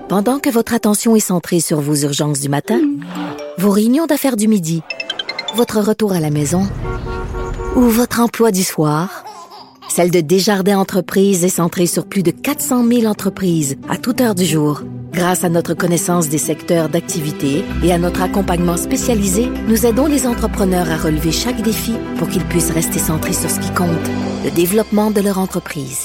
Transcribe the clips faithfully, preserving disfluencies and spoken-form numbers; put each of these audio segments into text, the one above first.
Pendant que votre attention est centrée sur vos urgences du matin, vos réunions d'affaires du midi, votre retour à la maison ou votre emploi du soir, celle de Desjardins Entreprises est centrée sur plus de quatre cent mille entreprises à toute heure du jour. Grâce à notre connaissance des secteurs d'activité et à notre accompagnement spécialisé, nous aidons les entrepreneurs à relever chaque défi pour qu'ils puissent rester centrés sur ce qui compte, le développement de leur entreprise.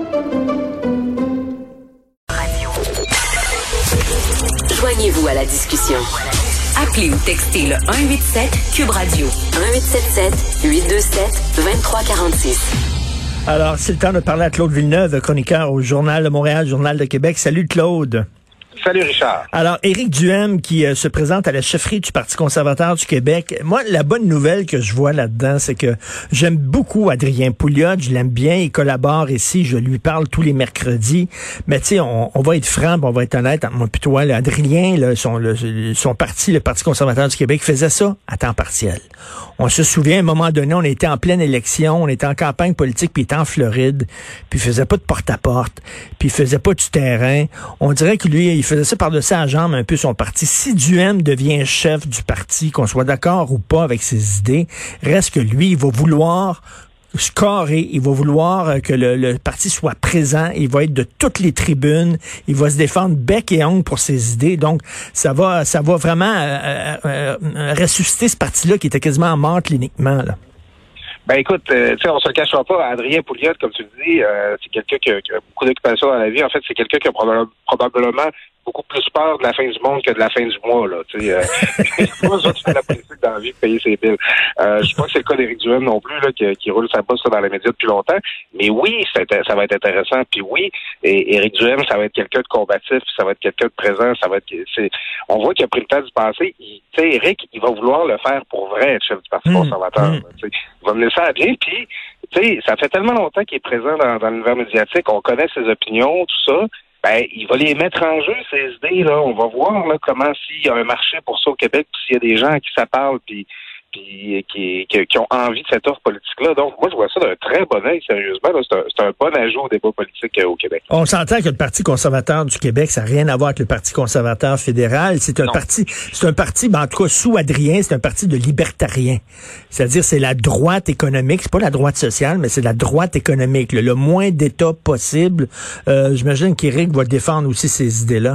Joignez-vous à la discussion. Appelez ou textez le un huit sept Cube Radio un huit sept sept huit deux sept deux trois quatre six. Alors, c'est le temps de parler à Claude Villeneuve, chroniqueur au Journal de Montréal, Journal de Québec. Salut Claude. Salut Richard. Alors, Éric Duhaime qui euh, se présente à la chefferie du Parti conservateur du Québec. Moi, la bonne nouvelle que je vois là-dedans, c'est que j'aime beaucoup Adrien Pouliot, je l'aime bien, il collabore ici, je lui parle tous les mercredis. Mais tu sais, on, on va être franc, on va être honnête entre moi et toi. Là, Adrien, là, son, le, son parti, le Parti conservateur du Québec, faisait ça à temps partiel. On se souvient, à un moment donné, on était en pleine élection, on était en campagne politique, puis il était en Floride, puis il faisait pas de porte-à-porte, puis il faisait pas du terrain. On dirait que lui, il faisait ça par-dessus la jambe un peu son parti. Si Duhaime devient chef du parti, qu'on soit d'accord ou pas avec ses idées, reste que lui, il va vouloir scorer, il va vouloir que le, le parti soit présent, il va être de toutes les tribunes, il va se défendre bec et ongle pour ses idées. Donc, ça va ça va vraiment euh, euh, ressusciter ce parti-là qui était quasiment mort cliniquement, là. Ben écoute, euh, tu sais, on se le cachera pas, Adrien Pouliot, comme tu le dis, euh, c'est quelqu'un qui a, qui a beaucoup d'occupations dans la vie. En fait, c'est quelqu'un qui a probablement, probablement beaucoup plus peur de la fin du monde que de la fin du mois, là. Tu sais, euh, c'est pas ça qui fait la politique dans la vie de payer ses billes. Euh, je crois que c'est le cas d'Éric Duhaime non plus, là, qui, qui roule sa bosse dans les médias depuis longtemps. Mais oui, ça, ça va être intéressant. Puis oui, et Éric Duhaime, ça va être quelqu'un de combatif, ça va être quelqu'un de présent, ça va être. C'est, on voit qu'il a pris le temps d'y passer. Tu sais, Éric, il va vouloir le faire pour vrai, être chef du Parti mmh, conservateur. Mmh. Tu sais, il va me laisser à bien. Puis, tu sais, ça fait tellement longtemps qu'il est présent dans, dans l'univers médiatique, on connaît ses opinions, tout ça. Ben, il va les mettre en jeu, ces idées, là. On va voir, là, comment s'il y a un marché pour ça au Québec, puis s'il y a des gens à qui ça parle, puis, puis qui, qui, qui ont envie de cette offre politique-là. Donc, moi, je vois ça d'un très bon œil, sérieusement. Là. C'est, un, c'est un bon ajout au débat politique euh, au Québec. On s'entend que le Parti conservateur du Québec, ça n'a rien à voir avec le Parti conservateur fédéral. C'est un non. parti, c'est un parti, ben, en tout cas, sous Adrien, c'est un parti de libertariens. C'est-à-dire, c'est la droite économique. C'est pas la droite sociale, mais c'est la droite économique. Le, le moins d'État possible. Euh, j'imagine qu'Éric va défendre aussi ces idées-là.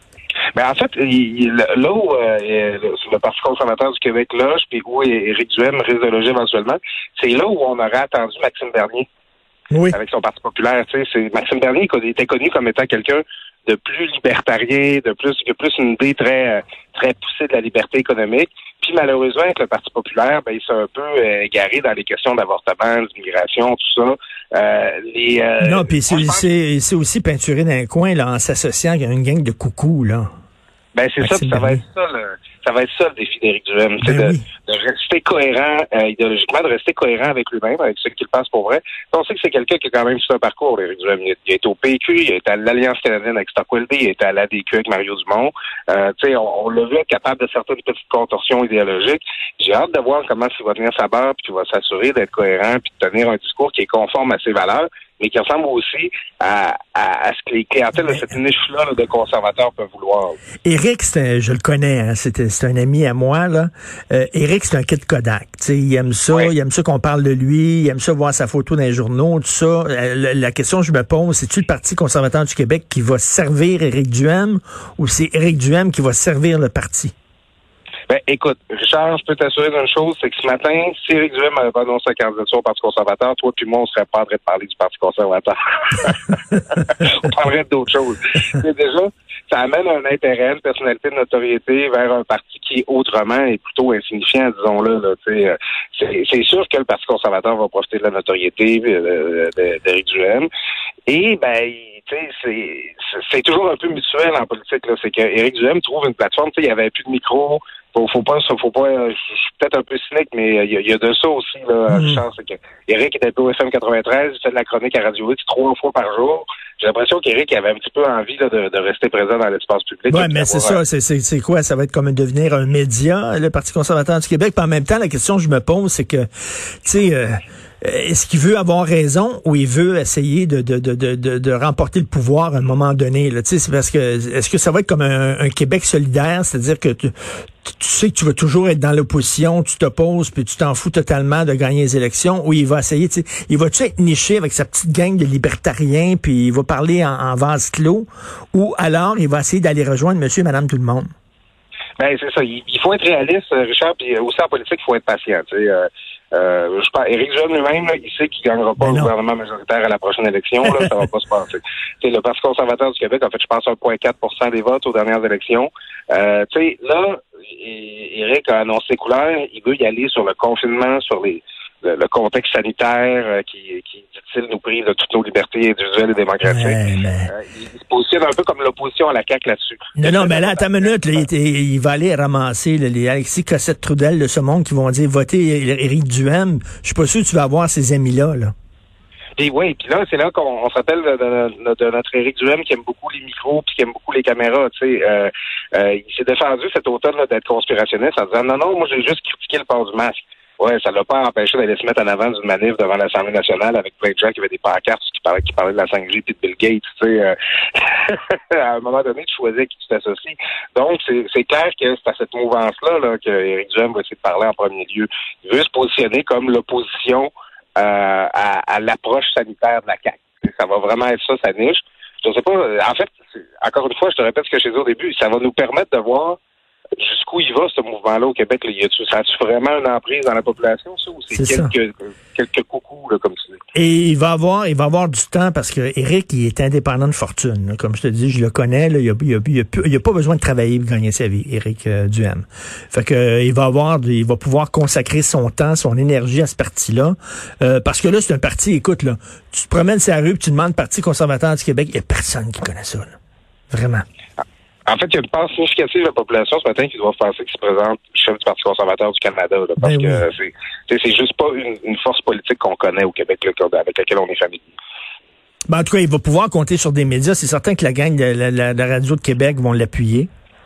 Ben en fait, il, là où euh, le Parti conservateur du Québec loge, puis où Éric Duhaime risque de loger éventuellement, c'est là où on aurait attendu Maxime Bernier. Oui. Avec son Parti populaire. Tu sais, c'est Maxime Bernier qui était connu comme étant quelqu'un de plus libertarien, de plus qui a plus une idée très très poussée de la liberté économique. Puis malheureusement, avec le Parti populaire, ben il s'est un peu euh, égaré dans les questions d'avortement, d'immigration, tout ça. Euh, les, euh, non, puis c'est, c'est, c'est aussi peinturé dans un coin là, en s'associant avec une gang de coucous, là. Ben c'est Maxime ça, ça va être ça le, ça va être ça le défi d'Éric Duhaime, c'est ben de, oui. de rester cohérent euh, idéologiquement, de rester cohérent avec lui-même, avec ceux qui le pensent pour vrai. On sait que c'est quelqu'un qui a quand même tout un parcours, Éric Duhaime. Il, il a été au P Q, il a été à l'Alliance canadienne avec Stockwell B, il a été à l'A D Q avec Mario Dumont. Euh, tu sais, on, on l'a vu être capable de certaines petites contorsions idéologiques. J'ai hâte de voir comment il va tenir sa barre, puis qu'il va s'assurer d'être cohérent, puis de tenir un discours qui est conforme à ses valeurs, mais qui ressemble aussi à, à, à ce que les clientèles de cette niche-là là, de conservateurs peuvent vouloir. Éric, c'est, je le connais, hein, c'est, c'est un ami à moi, là. Euh, Éric, c'est un kid Kodak. T'sais, il aime ça, oui. il aime ça qu'on parle de lui, il aime ça voir sa photo dans les journaux, tout ça. La, la question que je me pose, c'est-tu le Parti conservateur du Québec qui va servir Éric Duhaime ou c'est Éric Duhaime qui va servir le parti? Ben, écoute, Richard, je peux t'assurer d'une chose, c'est que ce matin, si Éric Duhaime avait pas annoncé sa candidature au Parti conservateur, toi puis moi, on serait pas en train de parler du Parti conservateur. On parlerait d'autres choses. Mais déjà, ça amène un intérêt, une personnalité de notoriété vers un parti qui est autrement et plutôt insignifiant, disons-le. Là, c'est, c'est sûr que le Parti conservateur va profiter de la notoriété d'Éric Duhaime. Et, ben, tu sais, c'est, c'est toujours un peu mutuel en politique. Là. C'est qu'Éric Duhaime trouve une plateforme. Tu sais, il n'y avait plus de micro. Faut, faut pas, faut pas. Je suis peut-être un peu cynique, mais il y, y a de ça aussi, là. Mmh. Richard, c'est que Éric était au F M quatre-vingt-treize, il fait de la chronique à Radio X trois fois par jour. J'ai l'impression qu'Éric avait un petit peu envie là, de, de rester présent dans l'espace public. Oui, mais c'est ça. Un... C'est, c'est, c'est quoi? Ça va être comme devenir un média, le Parti conservateur du Québec. Puis en même temps, la question que je me pose, c'est que, tu sais, euh, est-ce qu'il veut avoir raison ou il veut essayer de, de, de, de, de remporter le pouvoir à un moment donné? Là? Tu sais, c'est parce que est-ce que ça va être comme un, un Québec solidaire, c'est-à-dire que tu, tu sais que tu vas toujours être dans l'opposition, tu t'opposes, puis tu t'en fous totalement de gagner les élections, ou il va essayer, tu sais, il va-tu être niché avec sa petite gang de libertariens, puis il va parler en, en vase clos, ou alors il va essayer d'aller rejoindre monsieur et madame tout le monde? Ben, c'est ça. Il, il faut être réaliste, Richard, puis aussi en politique, il faut être patient. Tu sais, euh, euh, je pense, Éric Duhem lui-même, là, il sait qu'il gagnera pas le gouvernement majoritaire à la prochaine élection. Là, ça va pas se passer. Tu sais, le Parti conservateur du Québec a fait, je pense, un virgule quatre pour cent des votes aux dernières élections. Euh, tu sais, là, Éric a annoncé couleur. Il veut y aller sur le confinement, sur les le, le contexte sanitaire euh, qui, qui dit-il, nous prive de toutes nos libertés individuelles et démocratiques. Ouais, mais... euh, il, il se positionne un peu comme l'opposition à la C A Q là-dessus. Non, non, mais là, attends une minute, là, il, il va aller ramasser là, les Alexis Cossette-Trudel de ce monde qui vont dire votez Éric Duhem. Je suis pas sûr que tu vas avoir ces amis-là, là. Puis oui, puis là, c'est là qu'on on se rappelle de, de, de notre Éric Duhem qui aime beaucoup les micros puis qui aime beaucoup les caméras. Tu sais, euh, euh, il s'est défendu cet automne là, d'être conspirationniste en disant non, non, moi j'ai juste critiqué le port du masque. Ouais, ça l'a pas empêché d'aller se mettre en avant d'une manif devant l'Assemblée nationale avec plein de gens qui avaient des pancartes qui parlaient, qui parlaient de la cinq G puis de Bill Gates. Tu sais, euh, à un moment donné, tu choisis qui tu t'associes. Donc, c'est, c'est clair que c'est à cette mouvance-là là, que Éric Duhem va essayer de parler en premier lieu. Il veut se positionner comme l'opposition euh, à, à l'approche sanitaire de la C A Q. Ça va vraiment être ça, sa niche. Je sais pas. En fait, encore une fois, je te répète ce que j'ai dit au début. Ça va nous permettre de voir jusqu'où il va, ce mouvement-là, au Québec? Là, y a-tu, ça a-tu vraiment une emprise dans la population, ça, ou c'est, c'est quelques, quelques coucous, là, comme tu dis? Et il va avoir, il va avoir du temps parce que Éric, il est indépendant de fortune. Là. Comme je te dis, je le connais, là, il a, il a, il a, il a pas besoin de travailler pour gagner sa vie, Éric euh, Duhem. Fait que, euh, il va avoir, il va pouvoir consacrer son temps, son énergie à ce parti-là. Euh, parce que là, c'est un parti, écoute, là, tu te promènes sur la rue et tu demandes Parti conservateur du Québec, il n'y a personne qui connaît ça, là. Vraiment. Ah. En fait, il y a une part significative de la population ce matin qui doit penser qu'il se présente chef du Parti conservateur du Canada, là, parce ben que oui. c'est, c'est juste pas une, une force politique qu'on connaît au Québec, là, avec laquelle on est familier. Ben, en tout cas, il va pouvoir compter sur des médias. C'est certain que la gang de la, la, la Radio de Québec vont l'appuyer.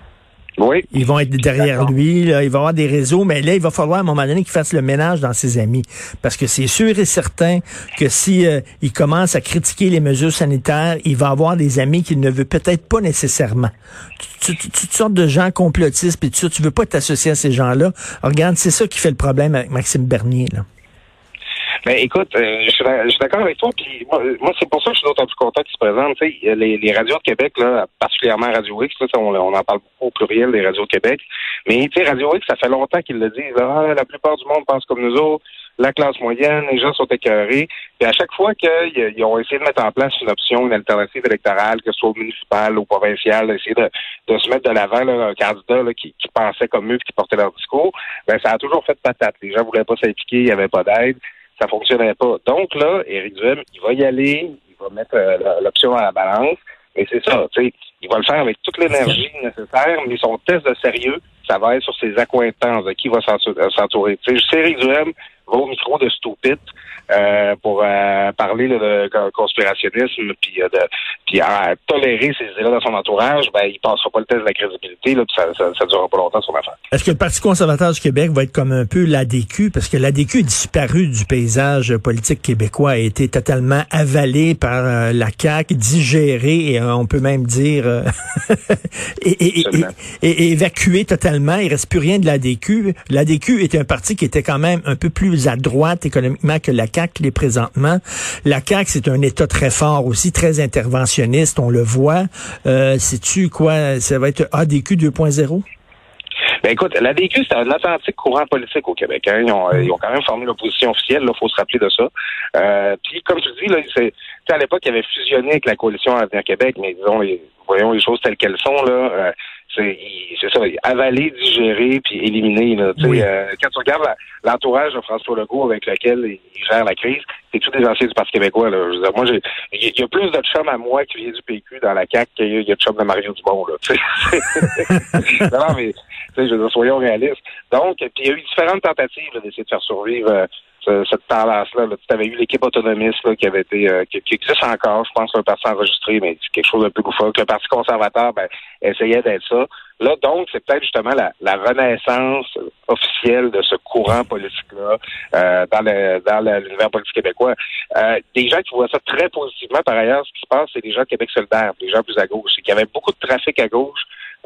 Oui. Ils vont être derrière D'accord. lui, là, il va avoir des réseaux, mais là, il va falloir à un moment donné qu'il fasse le ménage dans ses amis. Parce que c'est sûr et certain que si euh, il commence à critiquer les mesures sanitaires, il va avoir des amis qu'il ne veut peut-être pas nécessairement. Toutes tu, tu, tu sortes de gens complotistes, puis tout ça, tu veux pas t'associer à ces gens-là. Alors, regarde, c'est ça qui fait le problème avec Maxime Bernier, là. Ben écoute, euh, je, suis, je suis d'accord avec toi, puis moi, moi c'est pour ça que je suis d'autant plus content qu'ils se présentent. Tu sais, les, les radios de Québec, là, particulièrement Radio X, là, on, on en parle beaucoup au pluriel des radios de Québec. Mais tu sais, Radio X, ça fait longtemps qu'ils le disent. Là, ah, la plupart du monde pense comme nous autres, la classe moyenne, les gens sont écœurés. Puis à chaque fois qu'ils ont essayé de mettre en place une option, une alternative électorale, que ce soit au municipal ou au provincial, essayer de, de se mettre de l'avant là, un candidat là, qui, qui pensait comme eux et qui portait leur discours, ben ça a toujours fait patate. Les gens voulaient pas s'impliquer, il n'y avait pas d'aide. Ça fonctionnait pas. Donc là, Éric Duhem, il va y aller, il va mettre euh, l'option à la balance, et c'est ça, tu sais, il va le faire avec toute l'énergie nécessaire, mais son test de sérieux, ça va être sur ses accointances, de qui va s'entourer. Tu sais, je sais, Éric Duhem va au micro de Stupid euh, pour euh, parler là, de conspirationnisme, puis euh, de puis à tolérer ces idées-là dans son entourage, ben il passera pas le test de la crédibilité, là, puis ça, ça, ça durera pas longtemps son affaire. Est-ce que le Parti conservateur du Québec va être comme un peu l'A D Q, parce que l'A D Q est disparu du paysage politique québécois, a été totalement avalé par euh, la C A Q, digéré, et euh, on peut même dire euh, et, et, et, et, et évacué totalement. Il reste plus rien de l'A D Q. L'A D Q était un parti qui était quand même un peu plus à droite économiquement que la C A Q l'est présentement. La C A Q, c'est un État très fort aussi, très interventionniste, on le voit. Euh, sais-tu quoi? Ça va être A D Q deux point zéro? Ben écoute, l'A D Q, c'est un authentique courant politique au Québec. Hein. Ils, ont, ils ont quand même formé l'opposition officielle, il faut se rappeler de ça. Euh, puis, comme tu dis, là, c'est, à l'époque, il avait fusionné avec la coalition Avenir Québec, mais disons, les, voyons les choses telles qu'elles sont, là. Euh, c'est, c'est ça, avaler, digérer, puis éliminer. Là, oui. euh, quand tu regardes la, l'entourage de François Legault avec lequel il gère la crise, c'est tous des anciens du Parti québécois. Là. Je veux dire, moi, j'ai, il y a plus de chums à moi qui vient du P Q dans la C A Q qu'il y a de chums de Mario Dumont. Là, non, mais je veux dire, soyons réalistes. Donc, puis il y a eu différentes tentatives là, d'essayer de faire survivre euh, cette tendance-là. Là. Tu avais eu l'équipe autonomiste là, qui avait été euh, qui, qui existe encore, je pense, un parti enregistré, mais c'est quelque chose d'un peu loufoque. Le Parti conservateur, ben, essayait d'être ça. Là, donc, c'est peut-être justement la, la renaissance officielle de ce courant politique-là euh, dans le dans le, l'univers politique québécois. Euh, des gens qui voient ça très positivement, par ailleurs, ce qui se passe, c'est des gens de Québec solidaire, des gens plus à gauche. C'est qu'il y avait beaucoup de trafic à gauche.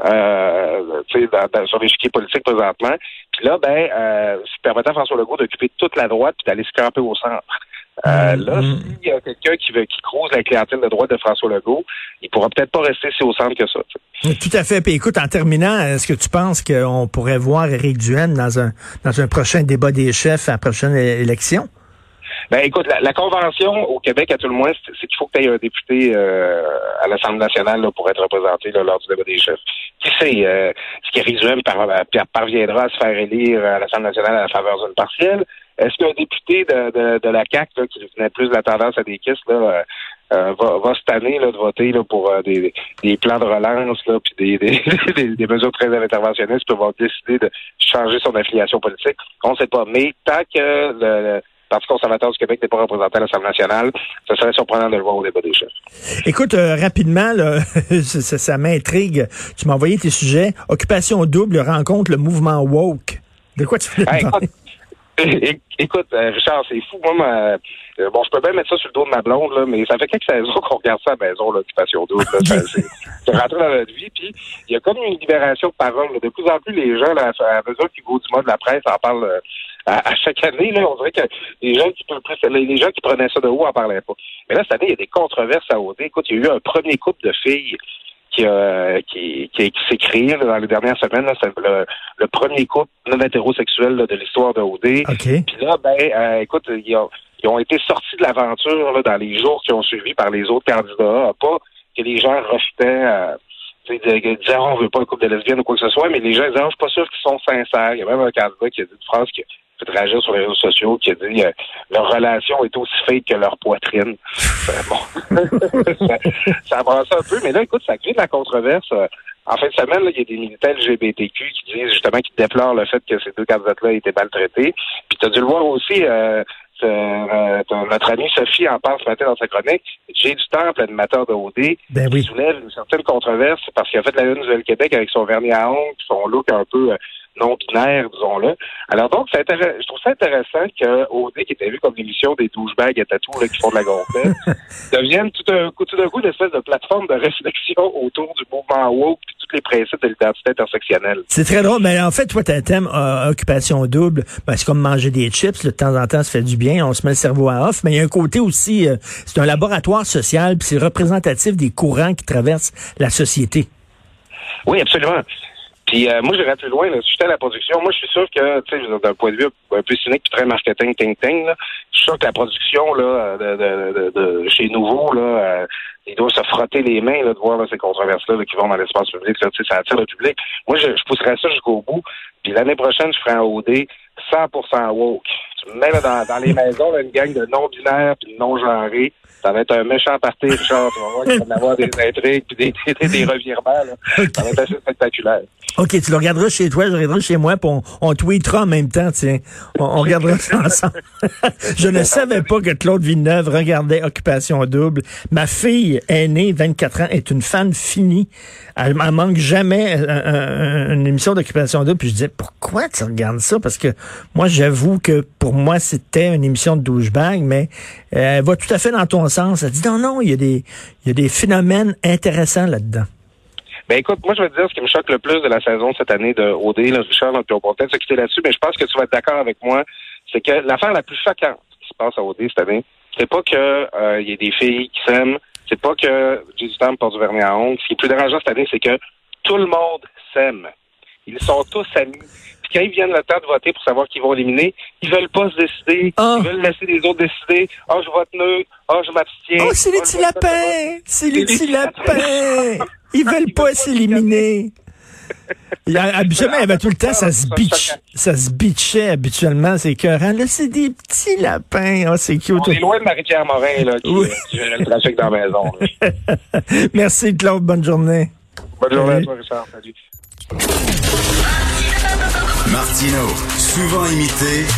Euh, tu sais, dans, dans, sur l'échiquier politique présentement. Puis là, ben, euh, ça permettait à François Legault d'occuper toute la droite puis d'aller se camper au centre. Euh, mmh. Là, s'il y a quelqu'un qui veut qui croise la clientèle de droite de François Legault, il pourra peut-être pas rester si au centre que ça. T'sais. Tout à fait. Puis écoute, en terminant, est-ce que tu penses qu'on pourrait voir Éric Duhaime dans un dans un prochain débat des chefs à la prochaine élection? Ben écoute, la, la convention au Québec, à tout le moins, c'est, c'est qu'il faut que tu aies un député euh, à l'Assemblée nationale là, pour être représenté là, lors du débat des chefs. Qui sait, euh, ce qu'Éric Duhaime par, parviendra à se faire élire à l'Assemblée nationale à la faveur d'une partielle? Est-ce qu'un député de, de, de la C A Q, là, qui venait plus de la tendance à des kisses, là, euh, va, va cette année là, de voter là, pour euh, des, des plans de relance là, puis des, des, des, des mesures très interventionnistes, puis va décider de changer son affiliation politique? On ne sait pas. Mais tant que le, le Parti conservateur du Québec n'est pas représenté à l'Assemblée nationale, ce serait surprenant de le voir au débat des chefs. Écoute, euh, rapidement, là, ça, ça m'intrigue. Tu m'as envoyé tes sujets. Occupation double rencontre le mouvement woke. De quoi tu voulais hey, parler? Écoute, écoute euh, Richard, c'est fou. Moi, ma, euh, bon, je peux bien mettre ça sur le dos de ma blonde, là, mais ça fait quelques saisons qu'on regarde ça à la maison, l'occupation double. Là, ça, c'est, c'est rentré dans notre vie. Puis il y a comme une libération de parole. Là. De plus en plus, les gens, là, à mesure qu'ils vont du mot de la presse, en parlent euh, à, à chaque année. Là, on dirait que les gens qui les gens qui prenaient ça de haut en parlaient pas. Mais là, cette année, il y a des controverses à O D. Écoute, il y a eu un premier couple de filles qui, euh, qui, qui, qui s'est créé là, dans les dernières semaines. Là, c'est le, le premier couple non hétérosexuel là, de l'histoire de O D. Okay. Puis là, ben, euh, écoute, ils ont, ils ont été sortis de l'aventure là, dans les jours qui ont suivi par les autres candidats. Pas que les gens rejetaient, euh, tu sais, disaient oh, on veut pas un couple de lesbiennes ou quoi que ce soit, mais les gens disaient oh, je suis pas sûr qu'ils sont sincères. Il y a même un candidat qui a dit une phrase qui fait réagir sur les réseaux sociaux, qui a dit euh, leur relation est aussi fake que leur poitrine. Euh, bon, ça, ça brasse un peu, mais là, écoute, ça crée de la controverse. Euh, en fin de semaine, là, il y a des militants L G B T Q qui disent justement qu'ils déplorent le fait que ces deux candidates-là étaient maltraités. Puis tu as dû le voir aussi, euh, euh, notre amie Sophie en parle ce matin dans sa chronique. J'ai du temps, l'animateur de O D, ben oui. qui soulève une certaine controverse parce qu'il a fait la Une Nouvelle-Québec avec son vernis à ongles, son look un peu euh, non-binaire, disons-le. Alors donc, c'est intéress- je trouve ça intéressant que O D, qui était vu comme l'émission des douchebags à tatou là, qui font de la gonflette, devienne tout d'un coup, tout d'un coup une espèce de plateforme de réflexion autour du mouvement woke et tous les principes de l'identité intersectionnelle. C'est très drôle, mais en fait, toi, t'as un thème euh, occupation double, ben, c'est comme manger des chips, là, de temps en temps, ça fait du bien, on se met le cerveau à off, mais il y a un côté aussi, euh, c'est un laboratoire social, puis c'est représentatif des courants qui traversent la société. Oui, absolument. Puis euh, moi, j'irais plus loin. Là. Si j'étais à la production, moi, je suis sûr que, tu sais, d'un point de vue un peu cynique et très marketing, ting ting, là, je suis sûr que la production là, de, de, de, de chez Nouveau, là, euh, ils doivent se frotter les mains là, de voir là, ces controverses-là là, qui vont dans l'espace public. Là, tu sais, ça attire le public. Moi, je, je pousserais ça jusqu'au bout. Puis l'année prochaine, je ferai un O D cent pour cent woke. Tu me mets là, dans, dans les maisons là, une gang de non-binaires puis de non-genrés. Ça va être un méchant parti, Richard. Tu vas voir qu'il va y avoir des intrigues puis des, des, des revirements. Là. Okay. Ça va être assez spectaculaire. OK, tu le regarderas chez toi, je le regarderai chez moi, puis on, on tweetera en même temps, tiens. On, on regardera ça ensemble. Je ne savais pas que Claude Villeneuve regardait Occupation double. Ma fille aînée, vingt-quatre ans, est une fan finie. Elle, elle manque jamais un, un, une émission d'Occupation double. Puis je disais, pourquoi tu regardes ça? Parce que moi, j'avoue que pour moi, c'était une émission de douchebag, mais euh, elle va tout à fait dans ton sens. Elle dit, non, non, il y a des, il y a des phénomènes intéressants là-dedans. Ben écoute, moi je vais te dire ce qui me choque le plus de la saison cette année de O D, là, Richard, puis on pourra peut-être se quitter là-dessus, mais je pense que tu vas être d'accord avec moi, c'est que l'affaire la plus choquante qui se passe à O D cette année, c'est pas que il euh, y ait des filles qui s'aiment, c'est pas que J. Tam porte du vernis à ongles. Ce qui est plus dérangeant cette année, c'est que tout le monde s'aime. Ils sont tous amis. Puis quand ils viennent le temps de voter pour savoir qui vont éliminer, ils veulent pas se décider. Oh. Ils veulent laisser les autres décider. Ah, oh, je vote neutre. Ah, oh, je m'abstiens. Oh, c'est les petits lapins! C'est les petits lapins! Ils veulent pas s'éliminer. Habituellement, il y avait tout le temps, ça se bitch, ça se bitchait habituellement, c'est écœurant. Là, c'est des petits lapins. Oh, c'est cute. On est loin de Marie-Pierre Morin, là, qui, oui. qui gérait le trafic dans la maison. Merci, Claude. Bonne journée. Bonne journée à toi, Richard. Salut. Martino, souvent imité,